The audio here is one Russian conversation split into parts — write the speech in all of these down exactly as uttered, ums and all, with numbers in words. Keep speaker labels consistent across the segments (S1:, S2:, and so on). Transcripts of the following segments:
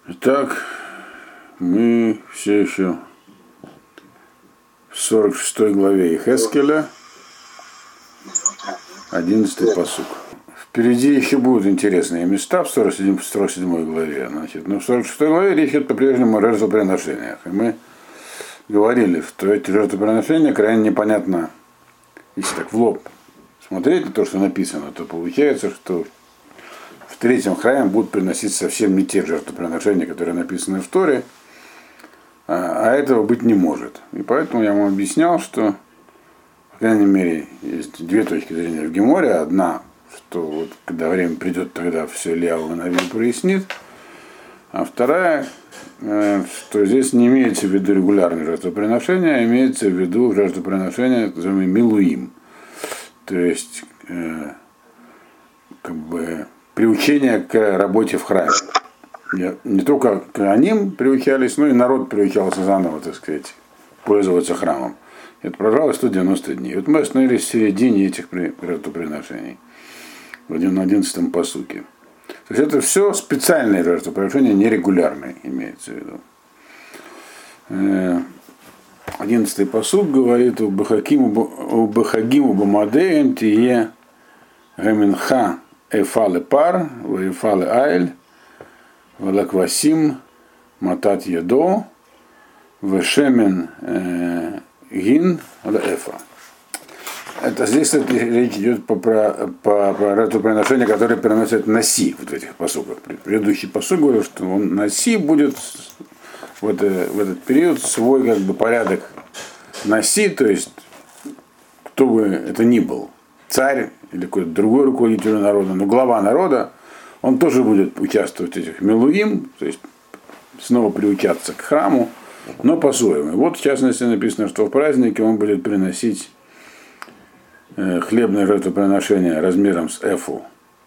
S1: Итак, мы все еще в сорок шестой главе Йехескеля, одиннадцатый пасук. Впереди еще будут интересные места в сорок седьмой главе. Значит, но в сорок шестой главе речь идет по-прежнему о жертвоприношениях. И мы говорили, что эти жертвоприношения крайне непонятно, если так в лоб смотреть на то, что написано, то получается, что в третьем храме будут приносить совсем не те жертвоприношения, которые написаны в Торе, а этого быть не может. И поэтому я вам объяснял, что, по крайней мере, есть две точки зрения в Геморе. Одна, что вот когда время придет, тогда все Ильяу Нави прояснит. А вторая, что здесь не имеется в виду регулярные жертвоприношения, а имеется в виду жертвоприношения, называемые милуим. То есть, как бы, приучение к работе в храме. Не только к ним приучались, но и народ приучался заново, так сказать, пользоваться храмом. Это продолжалось сто девяносто дней. Вот мы остановились в середине этих жертвоприношений, в одиннадцатом пасуке. То есть это все специальные жертвоприношения, нерегулярные, имеется в виду. Одиннадцатый пасук говорит: у Бахагиму Бамадеем тие гаминха эфалы пар, эфалы айль, валаквасим матат ядо, вешемен гин эфа. Это здесь речь идет по, по, по, по жертвоприношению, которое переносят наси вот в этих пасуках. Предыдущий пасук говорил, что он наси будет в, это, в этот период свой как бы порядок наси, то есть кто бы это ни был, царь или какой-то другой руководитель народа, но глава народа, он тоже будет участвовать в этих милуим, то есть снова приучаться к храму, но по-своему. Вот в частности написано, что в празднике он будет приносить э, хлебное жертвоприношение размером с эфу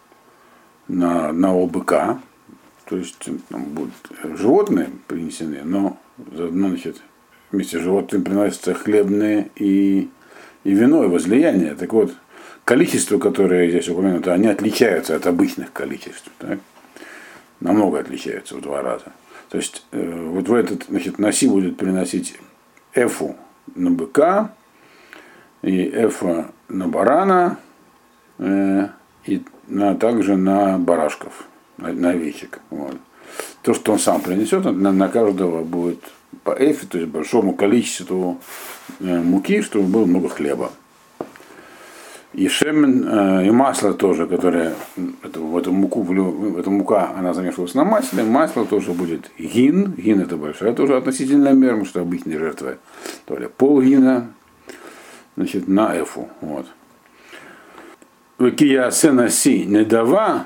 S1: на одного быка, то есть там будут животные принесены, но заодно, значит, вместе с животными приносятся хлебные и, и вино, и возлияние. Так вот, количество, которое здесь упомянуто, они отличаются от обычных количеств. Так? Намного отличаются в два раза. То есть э, вот в этот, значит, наси будет приносить эфу на быка, и эфа на барана, э, и на, также на барашков, на, на овечек. Вот. То, что он сам принесет, на, на каждого будет по эфе, то есть большому количеству э, муки, чтобы было много хлеба. И шемен, э, и масло тоже, которое, это, в эту муку, в эту мука, она замешивалась на масле, масло тоже будет гин, гин это большая тоже относительная мера, потому что обычные жертвы, то ли пол гина, значит, на эфу, вот. Векия сена си не дава,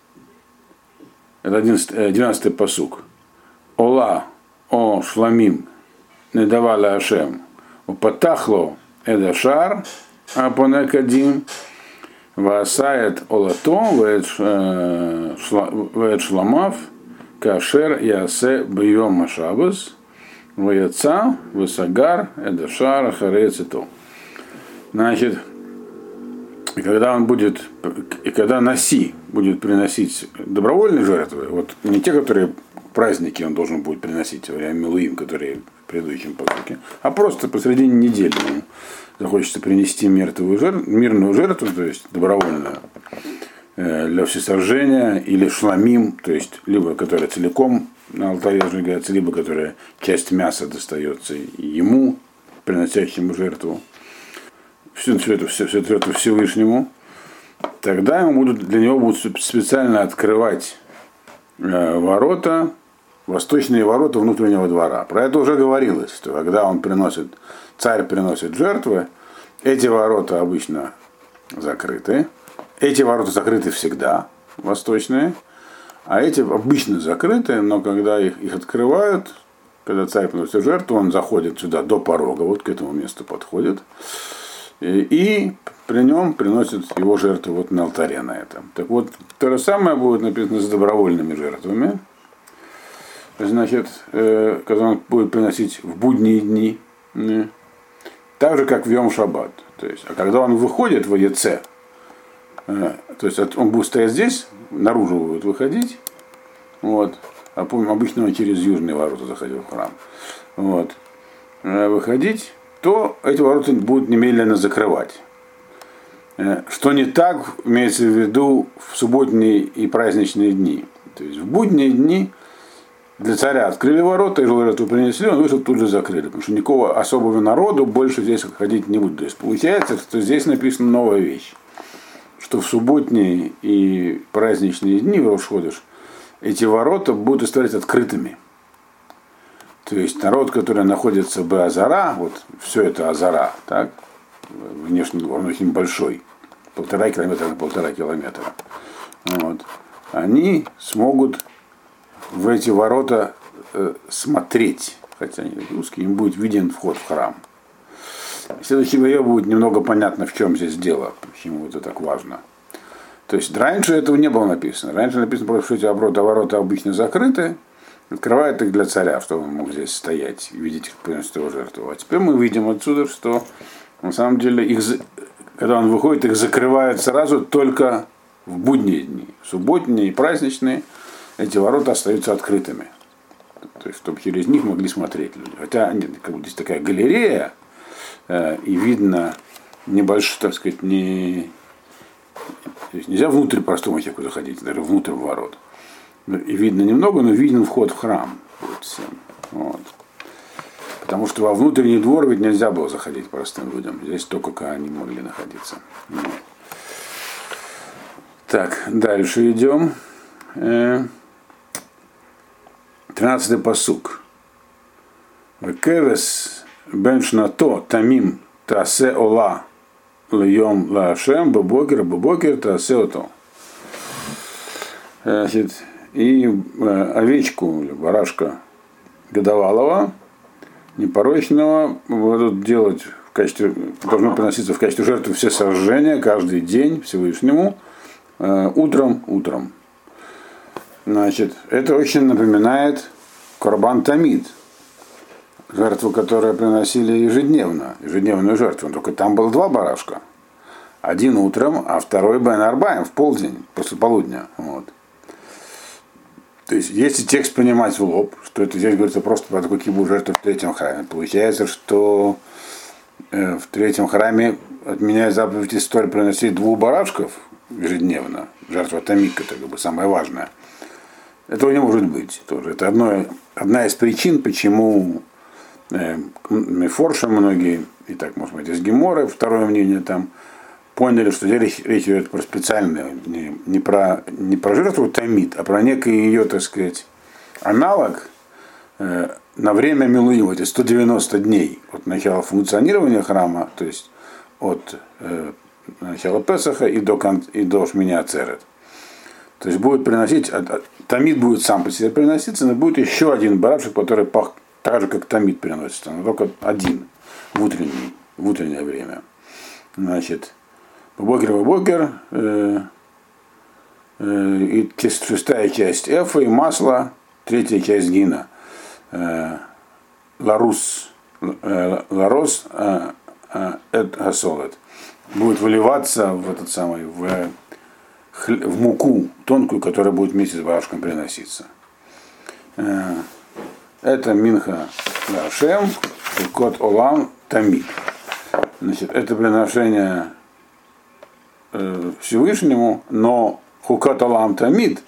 S1: это одиннадцатый пасук, ола о шламим не давала ашем, упатахло эдашар, Апонекадим, Ваасает Олато, Веет Шламав, Кашер Ясе Бьем Машабас, Ваяца, Васагар, Эдашар, Харецето. Значит, когда он будет, и когда Наси будет приносить добровольные жертвы, вот не те, которые праздники он должен будет приносить во время Милуим, которые в предыдущем пасуке, а просто посредине недели ему захочется принести мертвую жертву, мирную жертву, то есть добровольную, э, для всесожжения, или шламим, то есть либо которая целиком на алтаре сжигается, либо которая часть мяса достается ему, приносящему жертву, всю, всю, эту, всю, всю эту жертву Всевышнему, тогда ему будут, для него будут специально открывать э, ворота, восточные ворота внутреннего двора. Про это уже говорилось, что когда он приносит, царь приносит жертвы, эти ворота обычно закрыты. Эти ворота закрыты всегда, восточные, а эти обычно закрыты, но когда их, их открывают, когда царь приносит жертву, он заходит сюда до порога, вот к этому месту подходит, и, и при нем приносит его жертву вот на алтаре на этом. Так вот, то же самое будет написано с добровольными жертвами. Значит, э, когда он будет приносить в будние дни, э, так же, как в Йом Шаббат. То есть, а когда он выходит в Яце, э, то есть он будет стоять здесь, наружу будет выходить, вот, а помню, обычно он через южные ворота заходил в храм, вот, выходить, то эти ворота будут немедленно закрывать. Что не так, имеется в виду в субботние и праздничные дни. То есть в будние дни для царя открыли ворота, и жертву принесли, он вышел, тут же закрыли, потому что никакого особого народу больше здесь ходить не будет. То есть получается, что здесь написана новая вещь, что в субботние и праздничные дни в Рош-ходеш эти ворота будут оставлять открытыми. То есть народ, который находится в Беазара, вот все это Азара, так, внешний двор, он очень большой, полтора километра на полтора километра, вот, они смогут в эти ворота э, смотреть, хотя они узкие, им будет виден вход в храм. В следующей главе будет немного понятно, в чем здесь дело, почему это так важно. То есть раньше этого не было написано. Раньше написано просто, что эти ворота, ворота обычно закрыты, открывают их для царя, чтобы он мог здесь стоять и видеть, как приносит его жертву. А теперь мы видим отсюда, что на самом деле, их, когда он выходит, их закрывают сразу только в будние дни. В субботние и праздничные эти ворота остаются открытыми. То есть, чтобы через них могли смотреть люди. Хотя нет, как бы здесь такая галерея, э, и видно небольшой, так сказать, не... То есть нельзя внутрь простому человеку заходить, даже внутрь ворот. И видно немного, но виден вход в храм. Вот всем. Вот. Потому что во внутренний двор ведь нельзя было заходить простым людям. Здесь только как они могли находиться. Вот. Так, дальше идем. Тринадцатый пасук. Векевес бен шнато тамим таасе ола льем лашем бобокер бобокер таасе ото. Значит, и овечку или барашка годовалого, непорочного, будут делать в качестве, должно приноситься в качестве жертвы все сожжения каждый день Всевышнему э, утром, утром. Значит, это очень напоминает Корбан Тамид, жертву, которую приносили ежедневно, ежедневную жертву. Только там было два барашка. Один утром, а второй Бен Арбаем в полдень, после полудня. Вот. То есть, если текст понимать в лоб, что это здесь говорится просто про такую кибу жертву в третьем храме, получается, что э, в третьем храме отменяет заповедь истории приносить двух барашков ежедневно, жертва Тамид, это как бы самое важное. Этого не может быть тоже. Это одно, одна из причин, почему э, Мефорша многие, и так, может быть, из Гемора, второе мнение там, поняли, что здесь речь идет про специальную, не, не, про, не про жертву Тамид, а про некий ее, так сказать, аналог э, на время Милуим, эти сто девяносто дней от начала функционирования храма, то есть от э, начала Песаха и до, и до Шмини Ацерет. То есть будет приносить, Тамид будет сам по себе приноситься, но будет еще один барашек, который пах, так же, как Тамид приносится, но только один в, утренний, в утреннее время. Значит, Бокер Бокер, э, э, и шестая часть эфа, и масло, третья часть гина, э, ларус, э, ларос, э, э, эд гасолет, будет выливаться в этот самый, в в муку тонкую, которая будет вместе с барашком приноситься. Это минха Лашем и кот Олам Тамид. Значит, это приношение Всевышнему, но хукот Олам Тамид,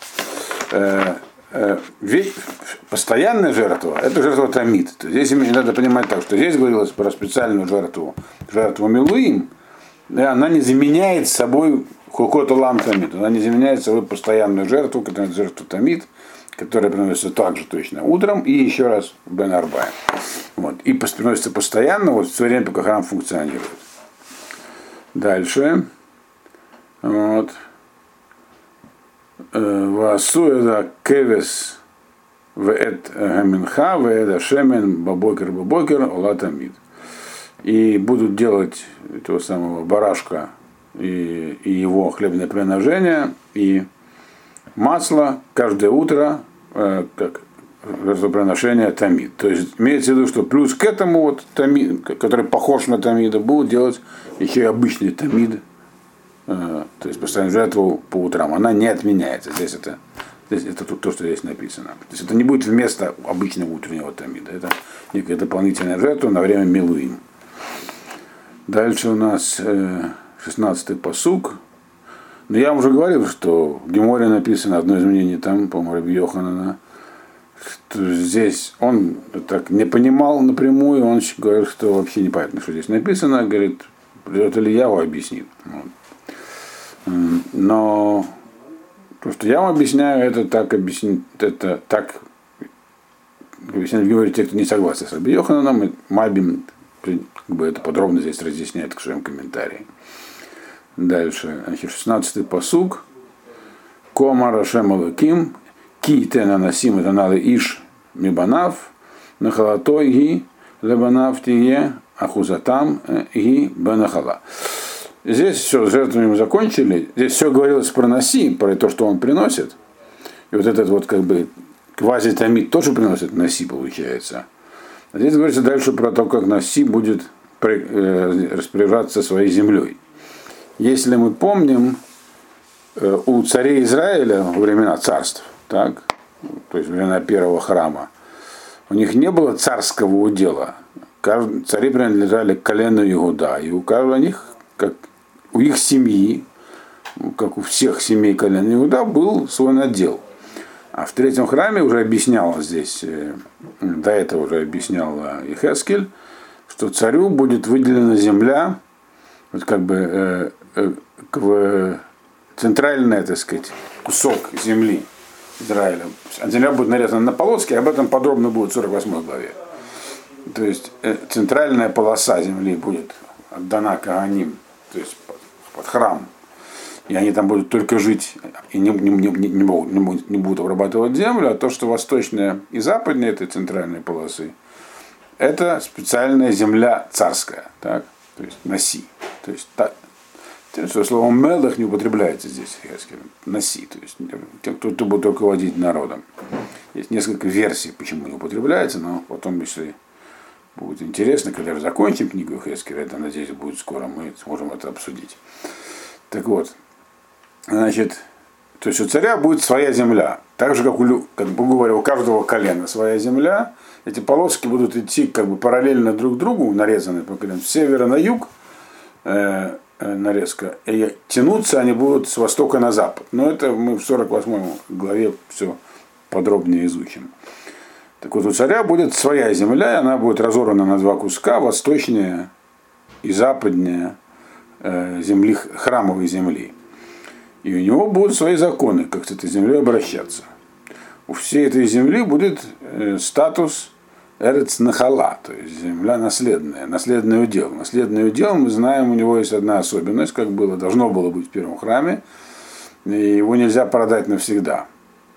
S1: постоянная жертва, это жертва Тамид. Здесь надо понимать так, что здесь говорилось про специальную жертву, жертву Милуим, она не заменяет собой Хукот Олам Тамид. Она не заменяет собой постоянную жертву, которая жертва Тамид, которая приносится также точно утром и еще раз Бен Арбаем. Вот. И приносится постоянно, вот все время, пока храм функционирует. Дальше. Вот. Васуэда кевес вэт гаминха вэда шемен бабокер бабокер ола Тамид. И будут делать этого самого барашка и, и его хлебное приношение, и масло каждое утро, э, как приношение Тамид. То есть имеется в виду, что плюс к этому вот Тамид, который похож на Тамида, будут делать еще и обычный Тамид, э, то есть постоянную жертву по утрам. Она не отменяется. Здесь это Здесь, это то, что здесь написано. То есть это не будет вместо обычного утреннего тамида. Это некая дополнительная жертва на время милуим. Дальше у нас шестнадцатый пасук. Но я вам уже говорил, что в Геморе написано одно изменение там, по-моему, Раби Йоханана, что здесь он так не понимал напрямую, он говорит, что вообще непонятно, что здесь написано, говорит, придет Ильяу объяснит. Вот. Но то, что я вам объясняю, это так объяснить, это так объясняют в Геморе те, кто не согласен с Раби Йохананом, и Мальбим как бы это подробно здесь разъясняет в своем комментарии. Дальше, значит, шестнадцатый пасук. Кома Рашем Алаким, ки тена насим это надо иш мибанав, нахалатой ги лебанав тие, ахузатам ги бенахала. Здесь все, с жертвами мы закончили. Здесь все говорилось про наси, про то, что он приносит. И вот этот вот как бы квазитамид тоже приносит наси, получается. А здесь говорится дальше про то, как наси будет распоряжаться своей землей. Если мы помним, у царей Израиля во времена царств, так, то есть во времена первого храма, у них не было царского удела. Цари принадлежали к колену Иуда, и у каждого них, как у их семьи, как у всех семей колена Иуда, был свой надел. А в третьем храме уже объяснял здесь, до этого уже объяснял Йехескель, что царю будет выделена земля, вот как бы э, э, центральный, так сказать, кусок земли Израиля. Земля будет нарезана на полоски, об этом подробно будет в сорок восьмой главе. То есть э, центральная полоса земли будет отдана Коганим, то есть под, под храм. И они там будут только жить и не, не, не, не, могут, не, будут, не будут обрабатывать землю, а то, что восточная и западная этой центральной полосы, это специальная земля царская, так? То есть наси. То есть так, что слово мелах не употребляется здесь, наси, то есть тем, кто, кто будет руководить народом. Есть несколько версий, почему не употребляется, но потом, если будет интересно, когда мы закончим книгу Йехескеля, это, надеюсь, будет скоро, мы сможем это обсудить. Так вот, значит, то есть у царя будет своя земля, так же, как, у, как бы говоря, у каждого колена своя земля. Эти полоски будут идти как бы параллельно друг другу, нарезанные по колену, с севера на юг, э, э, нарезка, и тянуться они будут с востока на запад. Но это мы в сорок восьмой главе все подробнее изучим. Так вот, у царя будет своя земля, и она будет разорвана на два куска, восточная и западная э, земли, храмовой земли. И у него будут свои законы, как с этой землей обращаться. У всей этой земли будет э, статус Эрец Нахала, то есть земля наследная, наследный удел. Наследный удел, мы знаем, у него есть одна особенность, как было, должно было быть в первом храме, и его нельзя продать навсегда.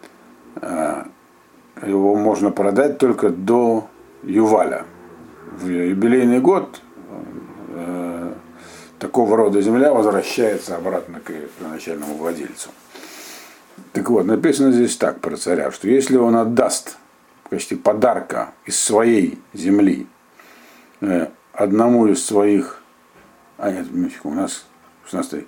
S1: Его можно продать только до Юваля. В юбилейный год э, такого рода земля возвращается обратно к первоначальному владельцу. Так вот, написано здесь так про царя, что если он отдаст в качестве подарка из своей земли э, одному из своих, а нет, у нас шестнадцатый,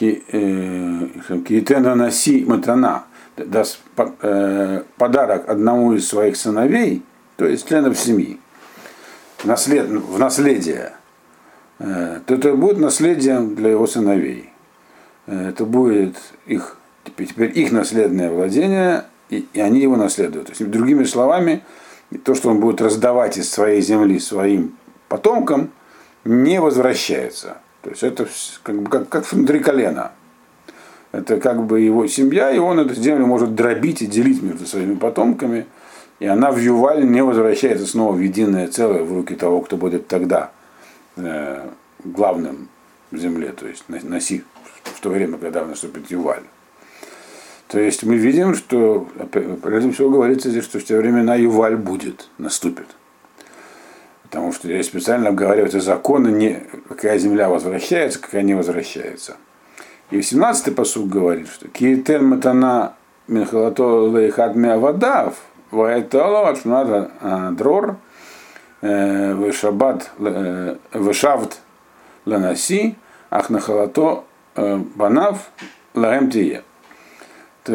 S1: Киетена Наси Матана, даст э, подарок одному из своих сыновей, то есть членов семьи, наслед, в наследие, э, то это будет наследием для его сыновей. Э, это будет их, теперь, теперь их наследное владение, и, и они его наследуют. То есть, другими словами, то, что он будет раздавать из своей земли своим потомкам, не возвращается. То есть это как бы как, как внутри колена. Это как бы его семья, и он эту землю может дробить и делить между своими потомками, и она в Юваль не возвращается снова в единое целое в руки того, кто будет тогда э, главным в земле, то есть носи в то время, когда наступит Юваль. То есть мы видим, что, прежде всего говорится здесь, что в те времена Юваль будет, наступит. Потому что здесь специально обговариваются законы, не, какая земля возвращается, какая не возвращается. И восемнадцатый пасук говорит, что Киетен матана минхалато лейхад меавадав, ваэтало ашнат дрор, вешабат вешавт ланаси, ахнахалато банав лагем тие. То есть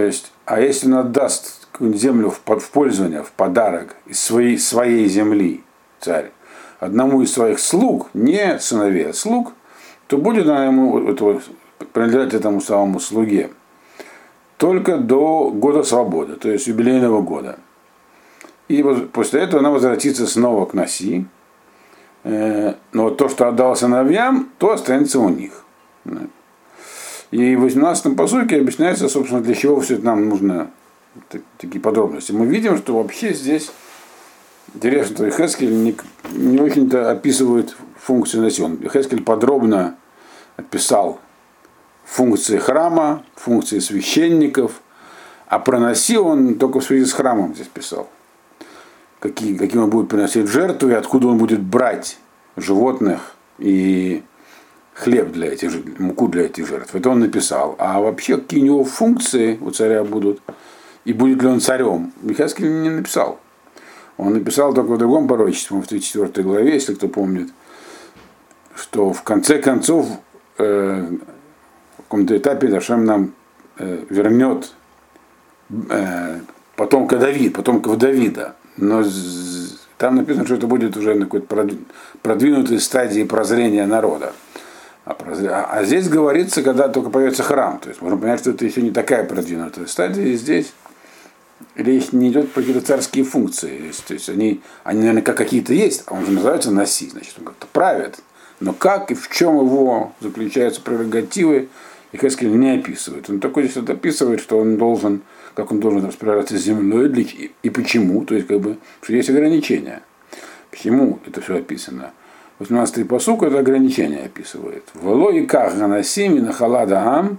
S1: А если он отдаст какую-нибудь землю в, в пользование, в подарок из своей, своей земли, царь, одному из своих слуг, не сыновей, а слуг, то будет она ему это, принадлежать этому самому слуге только до года свободы, то есть юбилейного года. И вот после этого она возвратится снова к Наси. Но то, что отдал сыновьям, то останется у них. И в восемнадцатом посылке объясняется, собственно, для чего все это нам нужно, такие подробности. Мы видим, что вообще здесь интересно, что Йехескель не, не очень-то описывает функцию Наси. Йехескель подробно описал функции храма, функции священников, а про Наси он только в связи с храмом здесь писал. Какие, какие он будет приносить жертву и откуда он будет брать животных и хлеб для этих, муку для этих жертв. Это он написал. А вообще, какие у него функции у царя будут, и будет ли он царем, Йехескель не написал. Он написал только в другом пророчестве, в тридцать четвёртой главе, если кто помнит, что в конце концов, э, в каком-то этапе Ашем нам э, вернет э, потомка Давида, потомков Давида. Но там написано, что это будет уже на какой-то продвинутой стадии прозрения народа. А, прозр... а здесь говорится, когда только появится храм. То есть можно понять, что это еще не такая продвинутая стадия. И здесь речь не идет про какие-то царские функции. То есть они, они, наверное, как какие-то есть, а он же называется Наси, значит, он как-то правит. Но как и в чем его заключаются прерогативы, Йехескель не описывает. Он только здесь описывает, что он должен, как он должен распоряжаться с землей и, и почему. То есть, как бы, что есть ограничения. Почему это все описано? восемнадцатый пасук это ограничение описывает. Воло и ках ганасими нахалада ам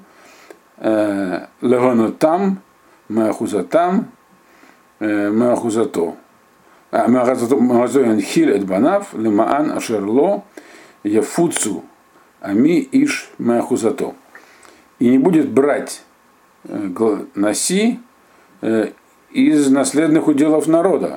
S1: леганутам меахузатам меахузато. Меахузатоин хилет банав лемаан ашерло яфуцу ами иш меахузато. И не будет брать Наси из наследных уделов народа,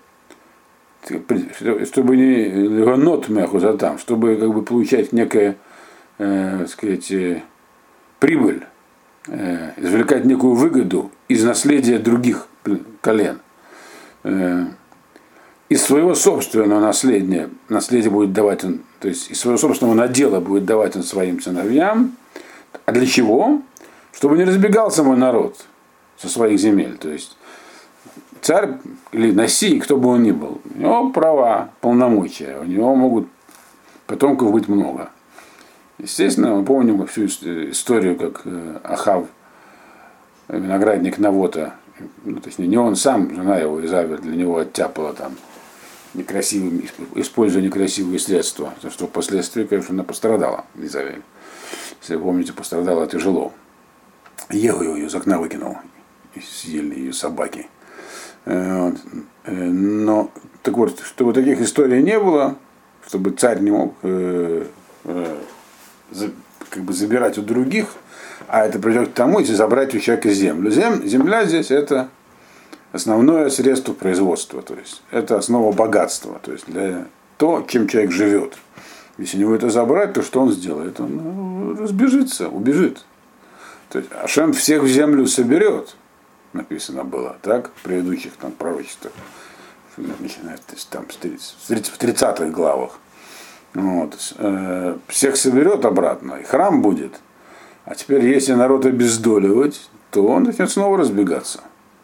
S1: чтобы не легонот мехузатам, чтобы как бы получать некое, э, сказать, э, прибыль, э, извлекать некую выгоду из наследия других колен. Э, из своего собственного наследия, наследие будет давать он, то есть из своего собственного надела будет давать он своим сыновьям. А для чего? Чтобы не разбегался мой народ со своих земель. То есть царь или Наси, кто бы он ни был, у него права, полномочия, у него могут потомков быть много. Естественно, мы помним всю историю, как Ахав, виноградник Навота, ну, точнее, не он сам, жена его Изавель, для него оттяпала там некрасивыми, используя некрасивые средства, за что впоследствии, конечно, она пострадала, Изавель. Если вы помните, пострадала тяжело. Егу ее из окна выкинул, и съели ее собаки. Вот. Но, так вот, чтобы таких историй не было, чтобы царь не мог э, э, за, как бы забирать у других, а это придет к тому, если забрать у человека землю. Зем, земля здесь это основное средство производства, то есть это основа богатства, то есть для того, чем человек живет. Если у него это забрать, то что он сделает? Он ну, разбежится, убежит. То есть Ашем всех в землю соберет, написано было, так, в предыдущих там пророчествах, начиная там в тридцатых главах. Вот. Э, всех соберет обратно, и храм будет. А теперь, если народ обездоливать, то он начнет снова разбегаться.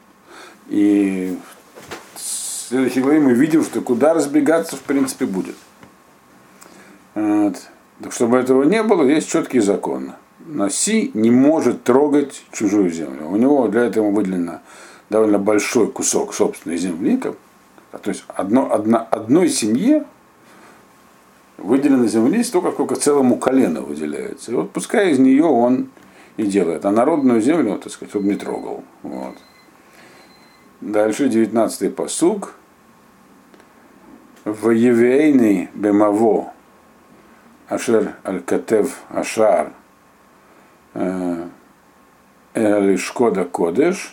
S1: И в следующей главе мы видим, что куда разбегаться, в принципе, будет. Вот. Так, чтобы этого не было, есть четкий закон. Наси не может трогать чужую землю. У него для этого выделено довольно большой кусок собственной земли. То есть одно, одна, одной семье выделено земли столько, сколько целому колену выделяется. И вот пускай из нее он и делает. А народную землю, так сказать, он не трогал. Вот. Дальше девятнадцатый пасук. В Евейный бемаво Ашер аль-Катев Ашар Эль-Шкода Кодеш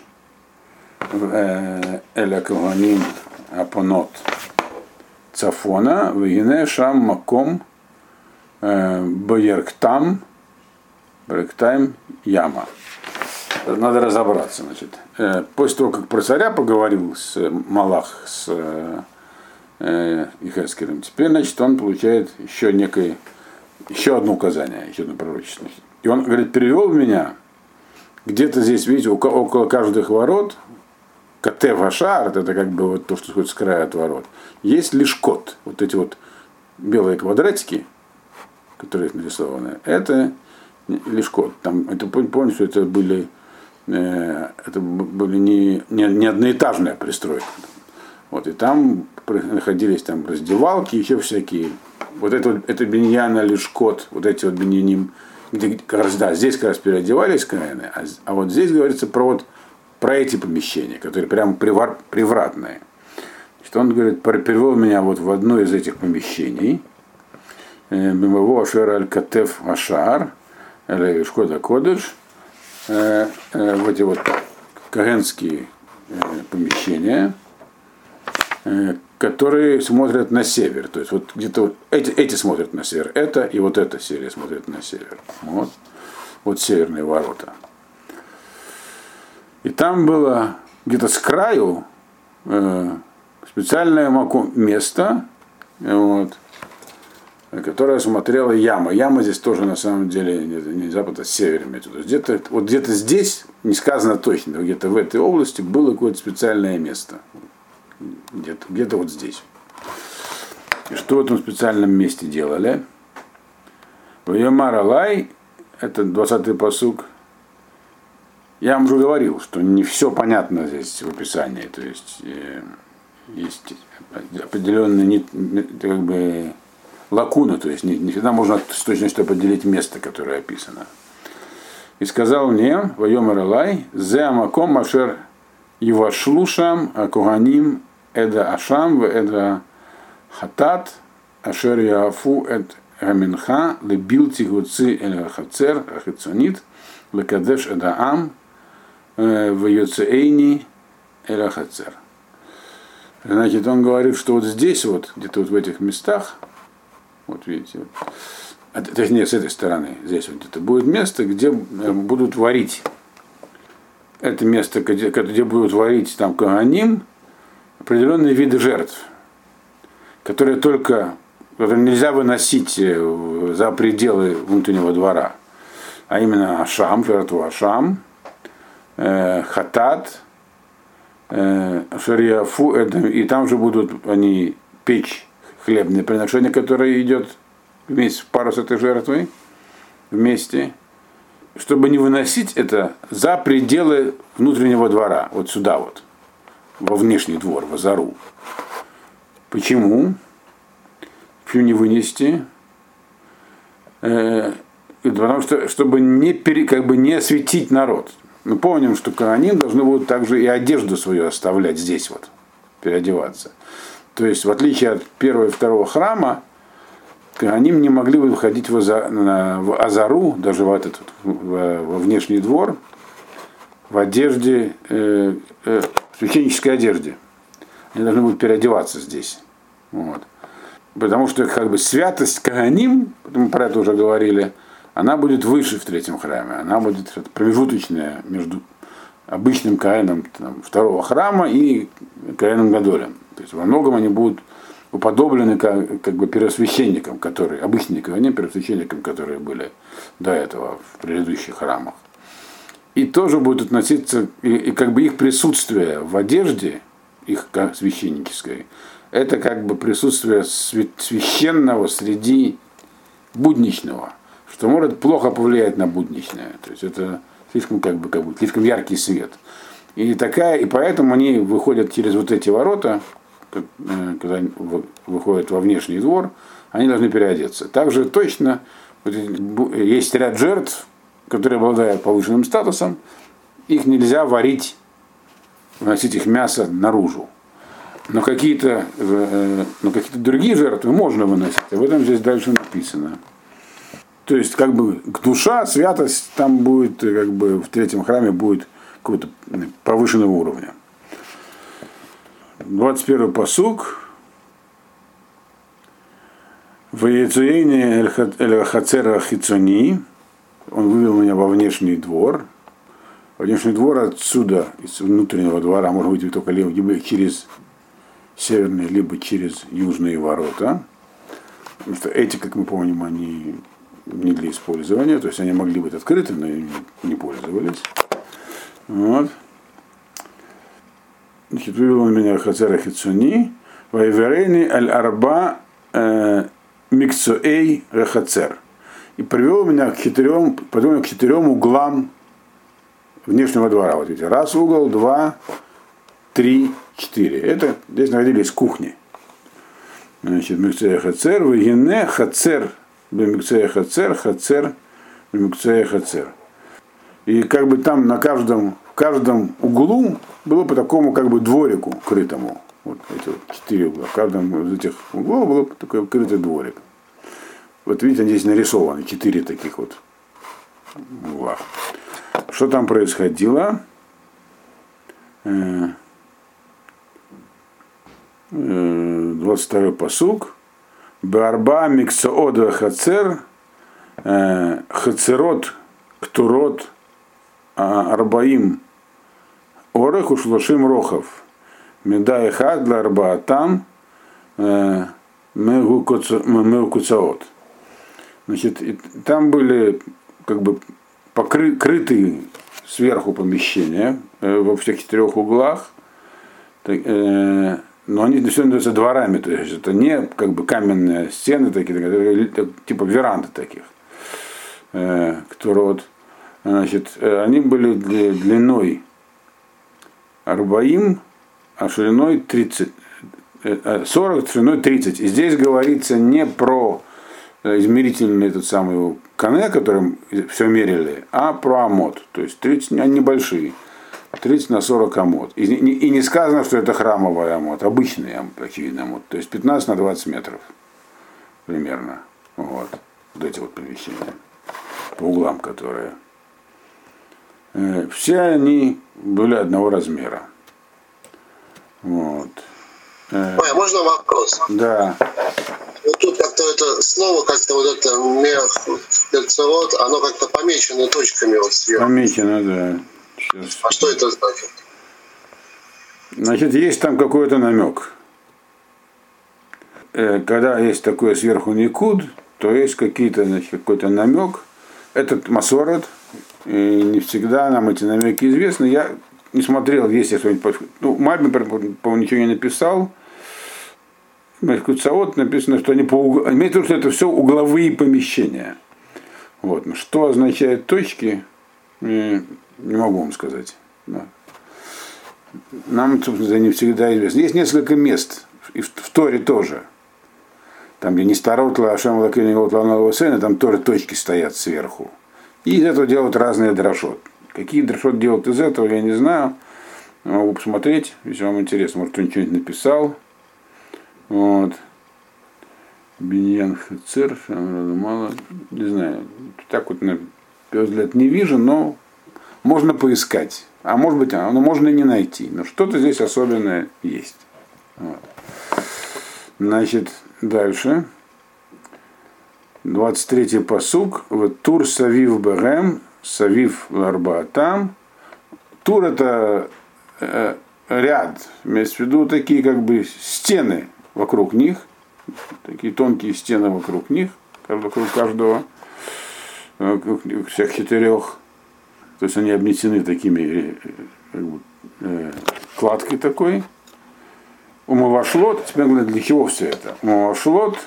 S1: Эль-Акаваним Апонот Цафона Вегине Шам Маком Боярктам Боярктайм Яма. Надо разобраться, значит. После того, как про царя поговорил с Малах, с э, Ихескелем, теперь, значит, он получает еще некое, еще одно указание, еще одно пророчество. И он говорит, перевел меня где-то здесь, видите, около каждых ворот, Катев Ашар, это как бы вот то, что сходит с края от ворот, есть лишь кот, вот эти вот белые квадратики, которые нарисованы, это лишь кот. Там, это, помните, что это были, э, это были не, не, не одноэтажная пристройка. Вот, и там находились там раздевалки, еще всякие. Вот это, вот, это биньяна лишь кот, вот эти вот биньяним, где как раз, да, здесь как раз переодевались коэны, а, а вот здесь говорится про, вот, про эти помещения, которые прямо привар, привратные. Что он говорит, перевел меня вот в одно из этих помещений, Бимаво Ашер Аль-Катеф Ашар, или Шкода Кодыш, в эти вот кагенские помещения, которые смотрят на север. То есть вот где-то вот эти, эти смотрят на север, это и вот эта серия смотрит на север. Вот, вот северные ворота. И там было где-то с краю э, специальное место, вот, которое смотрела яма. Яма здесь тоже на самом деле не, не запад, а север. Где-то, вот где-то здесь, не сказано точно, где-то в этой области было какое-то специальное место. Где-то, где-то вот здесь. И что в этом специальном месте делали? Вайомар Алай, это двадцатый пасук. Я вам уже говорил, что не все понятно здесь в описании. То есть э, есть определенные не, как бы, лакуны, то есть не, не всегда можно с точностью определить место, которое описано. И сказал мне, Вайомар Алай, зе амаком ашер Ивашлушам, Акуганим, Эда Ашам, Эда Хатат, Ашер Яафу, Эд Гаминха, Лебил Тигуци Эль Хацер, Ахицонит, Лекадеш Эдаам, Вайоцеэйни Эль Хацер. Значит, он говорит, что вот здесь, вот, где-то вот в этих местах, вот видите, вот, точнее, с этой стороны, здесь вот где-то будет место, где будут варить. Это место, где, где будут варить там каганим, определенные виды жертв, которые только которые нельзя выносить за пределы внутреннего двора. А именно ашам, жертву ашам, э, хатат, э, шариафу, и там же будут они печь хлебные приношения, которые идет вместе в пару с этой жертвой, вместе, чтобы не выносить это за пределы внутреннего двора, вот сюда вот, во внешний двор, в Азару. Почему? Почему не вынести? Э, потому что, чтобы не, пере, как бы не осветить народ. Мы помним, что коаним должны будут также и одежду свою оставлять здесь вот, переодеваться. То есть, в отличие от первого и второго храма, они не могли бы выходить в, Аза, на, в Азару, даже в этот, в, во внешний двор, в одежде, э, э, в священнической одежде. Они должны будут переодеваться здесь. Вот. Потому что как бы святость Коганим, мы про это уже говорили, она будет выше в третьем храме. Она будет промежуточная между обычным Коэном там, второго храма и Коэном Гадолем. То есть во многом они будут уподоблены как, как бы первосвященникам, которые, обычные коэны, первосвященникам, которые были до этого в предыдущих храмах. И тоже будут относиться, и, и как бы их присутствие в одежде, их как священнической, это как бы присутствие священного среди будничного, что может плохо повлиять на будничное. То есть это слишком, как бы, как бы, слишком яркий свет. И, такая, и поэтому они выходят через вот эти ворота, когда выходят во внешний двор, они должны переодеться. Также точно есть ряд жертв, которые обладают повышенным статусом, их нельзя варить, выносить их мясо наружу. Но какие-то, но какие-то другие жертвы можно выносить. Об этом здесь дальше написано. То есть, как бы душа, святость там будет, как бы в третьем храме будет какого-то повышенного уровня. двадцать первый пасук. Ваецуэйни эль хацера хицони. Он вывел меня во внешний двор. Внешний двор отсюда, из внутреннего двора, может быть только либо через северные, либо через южные ворота. Потому что эти, как мы помним, они не для использования, то есть они могли быть открыты, но ими не пользовались. Вот. Значит, вывел он меня Хацера Хицуни, Вайверейни Аль-Арба Миксуэй Рахацер. И привел меня к четырем, потом к четырем углам внешнего двора. Вот эти. Раз угол, два, три, четыре. Это здесь находились кухни. Значит, Миксуэй Хацер, Вегине Хацер, Миксуэй Хацер, Хацер, Миксуэй Хацер. И как бы там на каждом, в каждом углу было по такому как бы дворику крытому. Вот эти вот четыре угла. В каждом из этих углов был такой крытый дворик. Вот видите, здесь нарисованы четыре таких вот угла. Что там происходило? двадцать второй пасук. Барба миксоод хацер хацерот ктурот арбаим орех ушлошим рохов. Меда эхад для арбаатам меукуцаот. Значит, там были как бы покрытые сверху помещения э, во всех четырех углах, так, э, но они все называются дворами, то есть это не как бы каменные стены такие, которые, типа веранды таких, э, которые вот, значит, э, они были длиной арбаим, а шириной тридцать, э, сорок, шириной тридцать. И здесь говорится не про измерительный этот самый кане, которым все мерили, а про амод. То есть тридцать, они небольшие. тридцать на сорок амод. И, и не сказано, что это храмовый амод, обычный амод, очевидно амод. То есть пятнадцать на двадцать метров примерно. Вот. Вот эти вот помещения. По углам, которые. Все они были одного размера. Вот.
S2: Ой, а можно вопрос?
S1: Да.
S2: Вот тут как-то это слово, как-то вот это мехцерот, оно как-то помечено точками вот сверху.
S1: Помечено, да. Сейчас.
S2: А что это значит?
S1: Значит, есть там какой-то намек. Когда есть такое сверху никуд, то есть какие-то, значит, какой-то намек. Этот масорет, и не всегда нам эти намеки известны. Я не смотрел, есть я что-нибудь. Ну, Мальбин, по-моему, ничего не написал. Куцаот написано, что они по угол... Имеется в виду, что это все угловые помещения. Вот. Что означает точки, не, не могу вам сказать. Да. Нам, собственно, не всегда известно. Есть несколько мест, и в, в Торе тоже. Там, где не старот лашем лакинигот, там тоже точки стоят сверху. И из этого делают разные дрошот. Какие дрошот делают из этого, я не знаю. Могу посмотреть, если вам интересно. Может, кто-нибудь что-нибудь написал. Вот. Биньян Хацер, мало, не знаю. Так вот на первый взгляд не вижу, но можно поискать. А может быть, оно можно и не найти. Но что-то здесь особенное есть. Вот. Значит, дальше. двадцать третий пасук. Вот Тур Савив Бегем, Савив Ларбаатам. Тур это э, ряд, имеется в виду такие как бы стены вокруг них, такие тонкие стены вокруг них, вокруг каждого, вокруг всех четырех. То есть они обнесены такими как бы, э, кладкой такой. Умывашлот, теперь говорят, для чего все это? Умывашлот,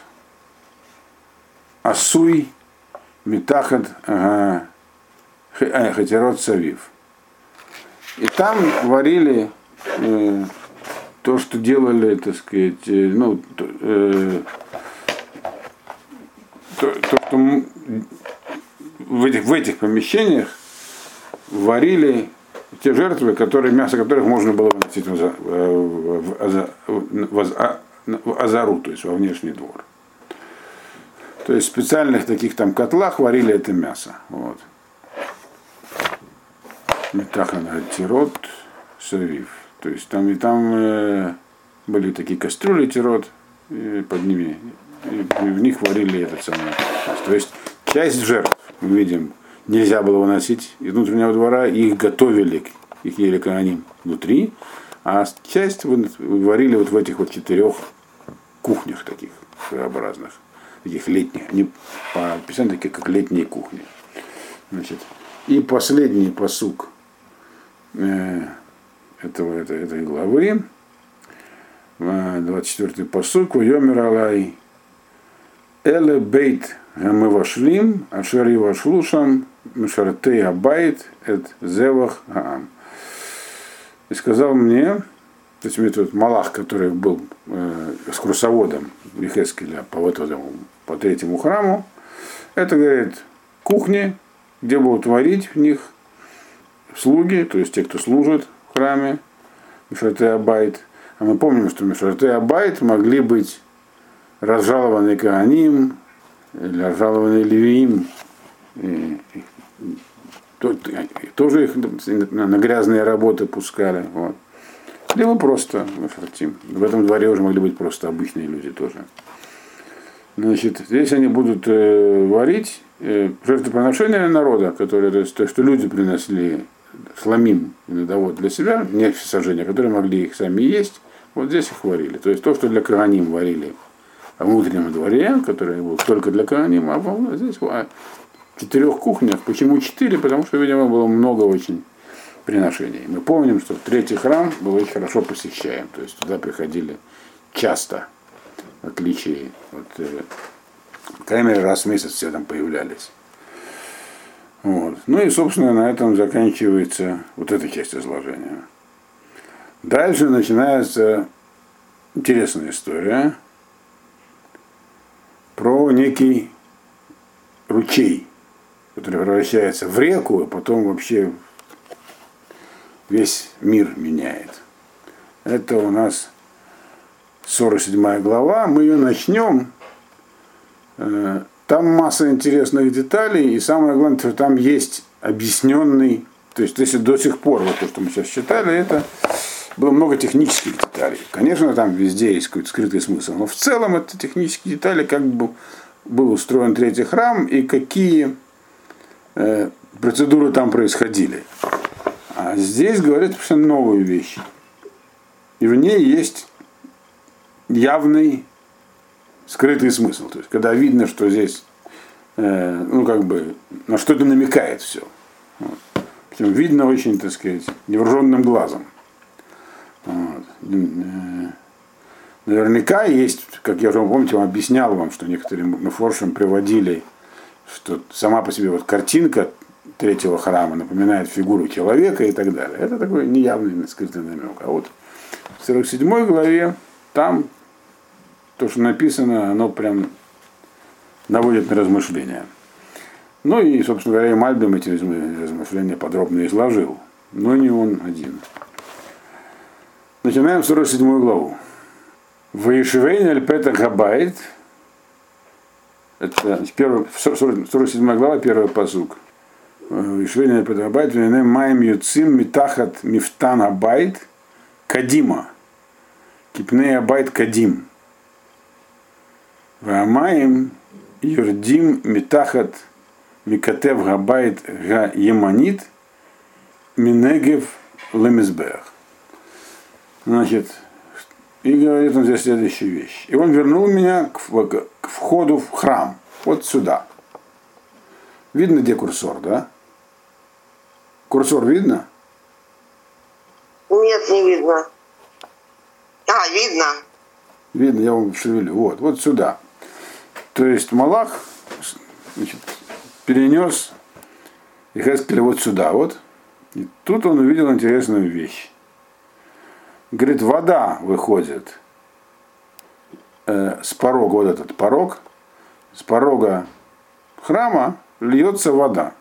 S1: асуй, митахат, ага, хатирот савив. И там варили э, то, что делали, так сказать, э, ну, то, э, то, то, что в этих, в этих помещениях варили те жертвы, которые, мясо которых можно было выносить в, в, в, в, в Азару, то есть во внешний двор. То есть в специальных таких там котлах варили это мясо. Вот. Метахан тирот савив. То есть там и там э, были такие кастрюли тирот, и под ними, и, и в них варили этот самый. То есть часть жертв, мы видим, нельзя было выносить из внутреннего двора, их готовили, их ели коганим внутри, а часть варили вот в этих вот четырех кухнях таких своеобразных, таких летних, они по описанию такие, как летние кухни. Значит, и последний пасук э, этого, этой, этой главы, двадцать четвёртый пасук, Йомер Алай Эле Бейт Гамывашлим, Ашер Ивашлушам, Мишартей Абайт, Эт Зевах Гаам. И сказал мне, то есть мне тут Малах, который был э, экскурсоводом Ехескеля по, вот этому, по третьему храму, это, говорит, кухни, где будут варить в них слуги, то есть те, кто служит в храме, Мишартей Абайт. А мы помним, что Мишартей Абайт могли быть разжалованный Коганим, или разжалованный Левиим, и, и, то, тоже их на грязные работы пускали. Вот. Либо просто Мишартим. В этом дворе уже могли быть просто обычные люди тоже. Значит, здесь они будут э, варить э, жертвоприношения народа, которые, то есть, то, что люди принесли сламим иногда для себя, не сожжения, которые могли их сами есть, вот здесь их варили. То есть то, что для Коганим варили в внутреннем дворе, который был только для Коганим, а здесь в четырех кухнях. Почему четыре? Потому что, видимо, было много очень приношений. Мы помним, что третий храм был очень хорошо посещаем, то есть туда приходили часто, в отличие от э, камеры, раз в месяц все там появлялись. Вот. Ну и, собственно, на этом заканчивается вот эта часть изложения. Дальше начинается интересная история про некий ручей, который превращается в реку, а потом вообще весь мир меняет. Это у нас сорок седьмая глава, мы ее начнем. Там масса интересных деталей, и самое главное, что там есть объясненный, то есть если до сих пор, вот то, что мы сейчас читали, это было много технических деталей. Конечно, там везде есть какой-то скрытый смысл, но в целом это технические детали, как бы был устроен третий храм и какие э, процедуры там происходили. А здесь говорят совершенно новые вещи. И в ней есть явный скрытый смысл. То есть, когда видно, что здесь, э, ну, как бы, на что-то намекает все. Вот. Причем видно очень, так сказать, невооруженным глазом. Вот. Наверняка есть, как я уже помните, я объяснял вам, что некоторые мефоршим приводили, что сама по себе вот картинка третьего храма напоминает фигуру человека и так далее. Это такой неявный скрытый намек. А вот в сорок седьмой главе там то, что написано, оно прям наводит на размышления. Ну и, собственно говоря, и Мальбим эти размышления подробно изложил. Но не он один. Начинаем сорок седьмую главу. Ваишвейн аль-Петах Габайт. Это первый, сорок седьмая глава, первый пасук. Ваишвейн аль-Петах Габайт. Венем маем юцим митахат мифтан абайт кадима. Кипней абайт кадим. Ваамаем юрдим митахат микатев габайт га еманит минегев лемизбех. Значит, и говорит он здесь следующую вещь. И он вернул меня к, к входу в храм. Вот сюда. Видно, где курсор, да? Курсор видно?
S3: Нет, не видно. А, видно.
S1: Видно, я вам шевелю. Вот, вот сюда. То есть Малах, значит, перенес Ехескеля вот сюда вот. И тут он увидел интересную вещь. Говорит, вода выходит э, с порога, вот этот порог, с порога храма льется вода.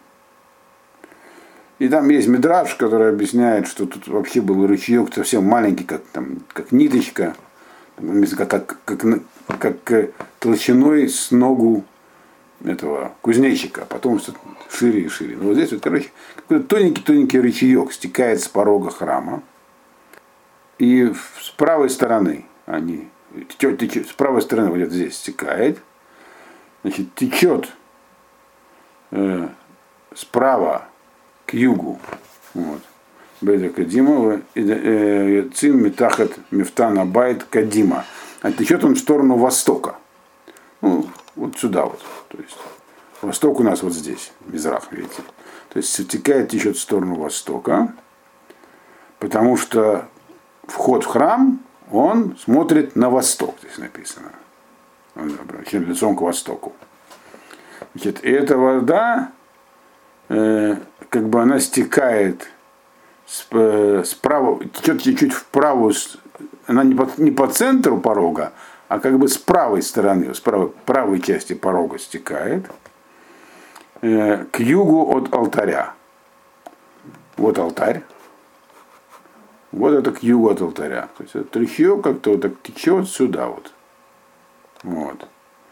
S1: И там есть мидраш, который объясняет, что тут вообще был ручеек совсем маленький, как, там, как ниточка, как, как, как, как толщиной с ногу этого кузнечика, а потом шире и шире. Но вот здесь вот, короче, какой-то тоненький-тоненький ручеек стекает с порога храма. И с правой стороны они, течет, течет, с правой стороны вот здесь стекает, значит, течет э, справа к югу. Вот. Бейда Кадима, Цим Митахат Мифтана Байт Кадима. А течет он в сторону востока. Ну, вот сюда вот. То есть восток у нас вот здесь, Мизрах, видите. То есть текает, течет в сторону востока, потому что вход в храм, он смотрит на восток, здесь написано. Он обращен лицом к востоку. Значит, и эта вода, э, как бы она стекает справа, течет чуть-чуть вправо, она не по, не по центру порога, а как бы с правой стороны, с правой, правой части порога стекает э, к югу от алтаря. Вот алтарь. Вот это к югу от алтаря. То есть это ручеек как-то вот так течет сюда вот. Вот.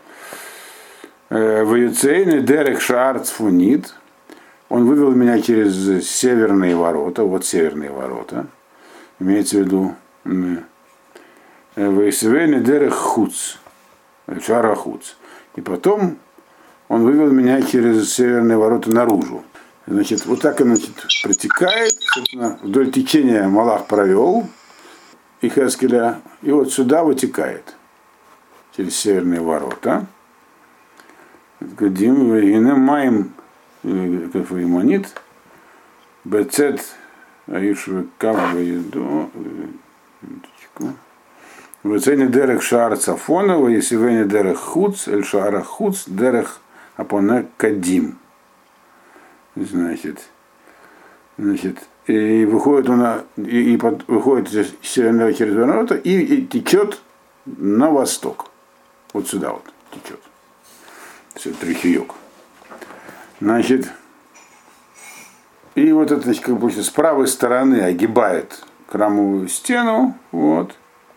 S1: Ваюцейный Дерех Шаар Цфунит. Он вывел меня через северные ворота. Вот северные ворота. Имеется в виду Ваюцейный Дерех Хуц. Шаара Хуц. И потом он вывел меня через северные ворота наружу. Значит, вот так он, значит, протекает, вдоль течения Малах провел Ихескеля, и вот сюда вытекает, через северные ворота. Гинем маем кафаимонит, бецет аишвы кавваеду, вецене дерех шаар цафонова, есивене дерех хуц, эль шаара хуц, дерех апоне кадим. Значит, значит, и выходит он, и, и под, выходит северного через ворота и, и течет на восток. Вот сюда вот течет. Все, трехиёк. Значит, и вот это, значит, как бы с правой стороны огибает храмовую стену, вот.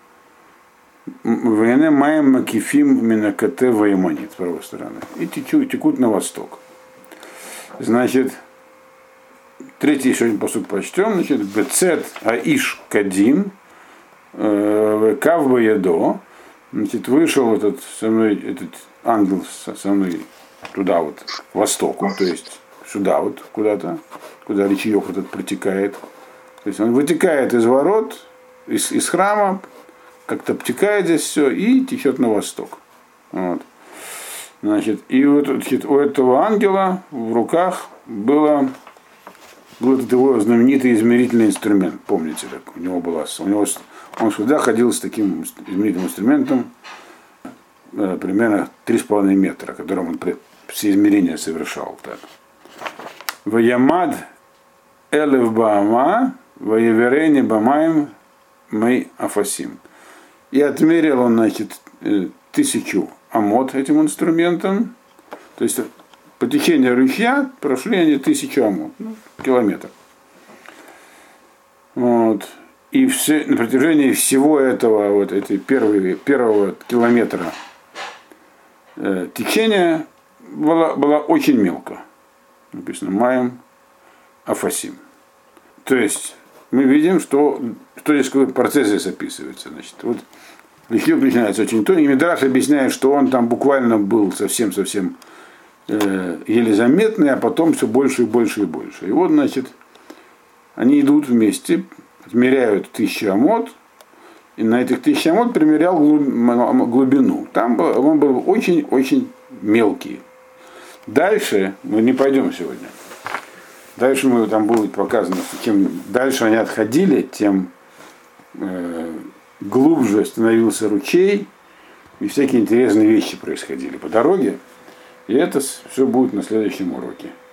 S1: Войны маем макифим минакате ваймонит с правой стороны. И текут, текут на восток. Значит, третий еще один посуд прочтем. Значит, бецет аиш кадим кав баядо. Значит, вышел этот со мной, этот ангел со мной туда вот, к востоку, то есть сюда вот куда-то, куда ручеек этот протекает. То есть он вытекает из ворот, из, из храма, как-то обтекает здесь все и течет на восток. Вот. Значит, и вот значит, у этого ангела в руках было, был этот его знаменитый измерительный инструмент. Помните, так, у него была, у него, он всегда ходил с таким измерительным инструментом, э, примерно три с половиной метра, которым он все измерения совершал. Так. Ваямад элев баама, ваеверени бамаем мэй афасим. И отмерил он, значит, тысячу амот этим инструментом. То есть по течению ручья прошли они тысячу амот, ну, километр. Вот. И все, на протяжении всего этого, вот этой первой, первого километра э, течения было, было очень мелко. Написано Маем Афасим. То есть мы видим, что, что здесь какой процесс здесь описывается. Значит, вот Лихьюк начинается очень то, и Мидраш объясняет, что он там буквально был совсем-совсем э, еле заметный, а потом все больше и больше и больше. И вот, значит, они идут вместе, отмеряют тысячу амот, и на этих тысячу амот примерял глубину. Там был, он был очень-очень мелкий. Дальше мы не пойдем сегодня. Дальше мы, там будет показано, что чем дальше они отходили, тем э, глубже становился ручей, и всякие интересные вещи происходили по дороге. И это все будет на следующем уроке.